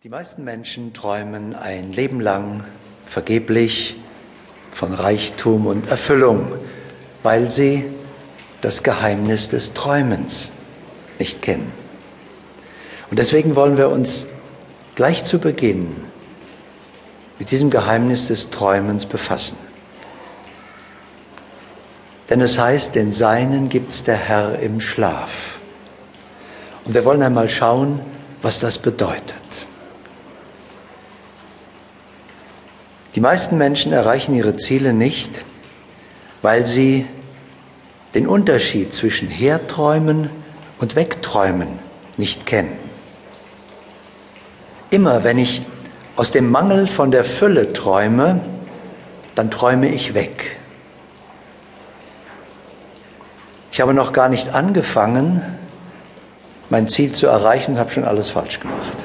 Die meisten Menschen träumen ein Leben lang vergeblich von Reichtum und Erfüllung, weil sie das Geheimnis des Träumens nicht kennen. Und deswegen wollen wir uns gleich zu Beginn mit diesem Geheimnis des Träumens befassen. Denn es heißt, den Seinen gibt's der Herr im Schlaf. Und wir wollen einmal schauen, was das bedeutet. Die meisten Menschen erreichen ihre Ziele nicht, weil sie den Unterschied zwischen Herträumen und Wegträumen nicht kennen. Immer wenn ich aus dem Mangel von der Fülle träume, dann träume ich weg. Ich habe noch gar nicht angefangen, mein Ziel zu erreichen und habe schon alles falsch gemacht.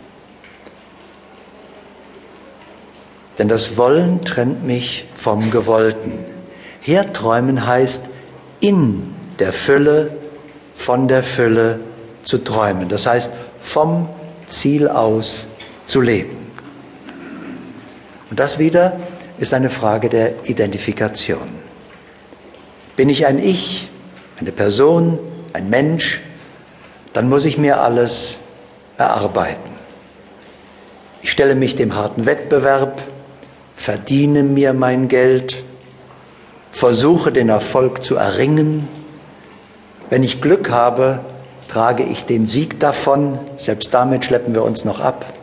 Denn das Wollen trennt mich vom Gewollten. Herträumen heißt, in der Fülle, von der Fülle zu träumen. Das heißt, vom Ziel aus zu leben. Und das wieder ist eine Frage der Identifikation. Bin ich ein Ich, eine Person, ein Mensch, dann muss ich mir alles erarbeiten. Ich stelle mich dem harten Wettbewerb, verdiene mir mein Geld, versuche den Erfolg zu erringen. Wenn ich Glück habe, trage ich den Sieg davon, selbst damit schleppen wir uns noch ab.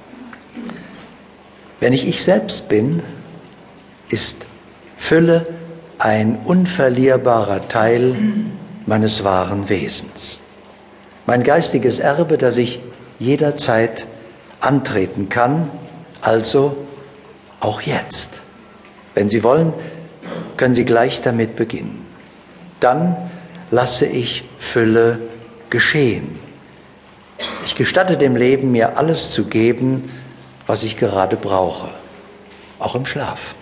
Wenn ich selbst bin, ist Fülle ein unverlierbarer Teil meines wahren Wesens. Mein geistiges Erbe, das ich jederzeit antreten kann, also auch jetzt. Wenn Sie wollen, können Sie gleich damit beginnen. Dann lasse ich Fülle geschehen. Ich gestatte dem Leben, mir alles zu geben, was ich gerade brauche, auch im Schlaf.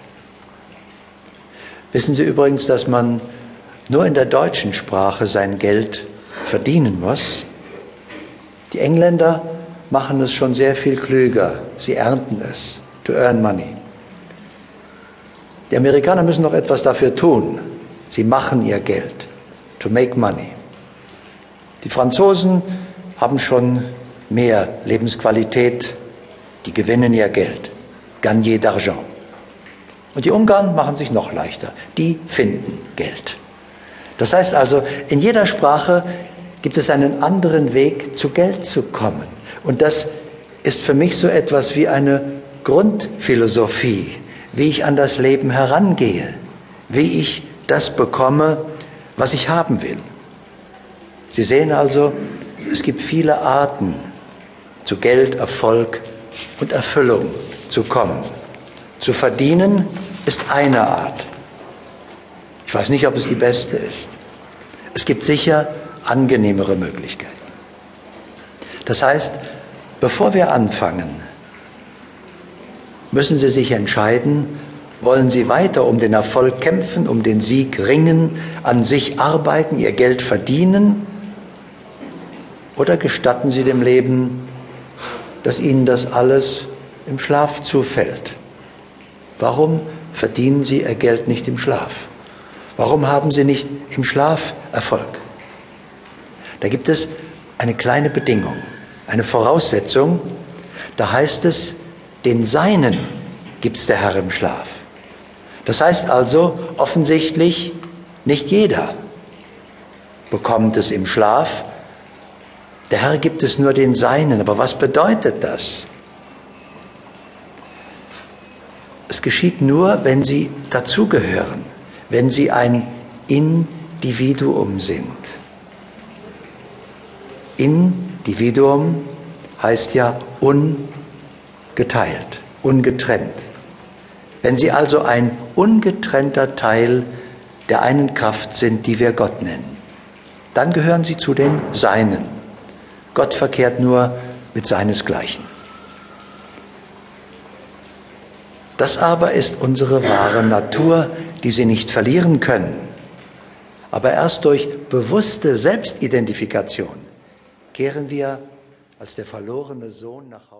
Wissen Sie übrigens, dass man nur in der deutschen Sprache sein Geld verdienen muss? Die Engländer machen es schon sehr viel klüger. Sie ernten es, to earn money. Die Amerikaner müssen noch etwas dafür tun. Sie machen ihr Geld, to make money. Die Franzosen haben schon mehr Lebensqualität, die gewinnen ihr Geld, gagner d'argent. Und die Ungarn machen sich noch leichter, die finden Geld. Das heißt also, in jeder Sprache gibt es einen anderen Weg, zu Geld zu kommen. Und das ist für mich so etwas wie eine Grundphilosophie, wie ich an das Leben herangehe, wie ich das bekomme, was ich haben will. Sie sehen also, es gibt viele Arten, zu Geld, Erfolg und Erfüllung zu kommen. Zu verdienen ist eine Art. Ich weiß nicht, ob es die beste ist. Es gibt sicher angenehmere Möglichkeiten. Das heißt, bevor wir anfangen, müssen Sie sich entscheiden, wollen Sie weiter um den Erfolg kämpfen, um den Sieg ringen, an sich arbeiten, Ihr Geld verdienen, oder gestatten Sie dem Leben, dass Ihnen das alles im Schlaf zufällt? Warum verdienen Sie Ihr Geld nicht im Schlaf? Warum haben Sie nicht im Schlaf Erfolg? Da gibt es eine kleine Bedingung, eine Voraussetzung. Da heißt es, den Seinen gibt's der Herr im Schlaf. Das heißt also, offensichtlich, nicht jeder bekommt es im Schlaf. Der Herr gibt es nur den Seinen. Aber was bedeutet das? Es geschieht nur, wenn Sie dazugehören, wenn Sie ein Individuum sind. Individuum heißt ja ungeteilt, ungetrennt. Wenn Sie also ein ungetrennter Teil der einen Kraft sind, die wir Gott nennen, dann gehören Sie zu den Seinen. Gott verkehrt nur mit seinesgleichen. Das aber ist unsere wahre Natur, die Sie nicht verlieren können. Aber erst durch bewusste Selbstidentifikation kehren wir als der verlorene Sohn nach Hause.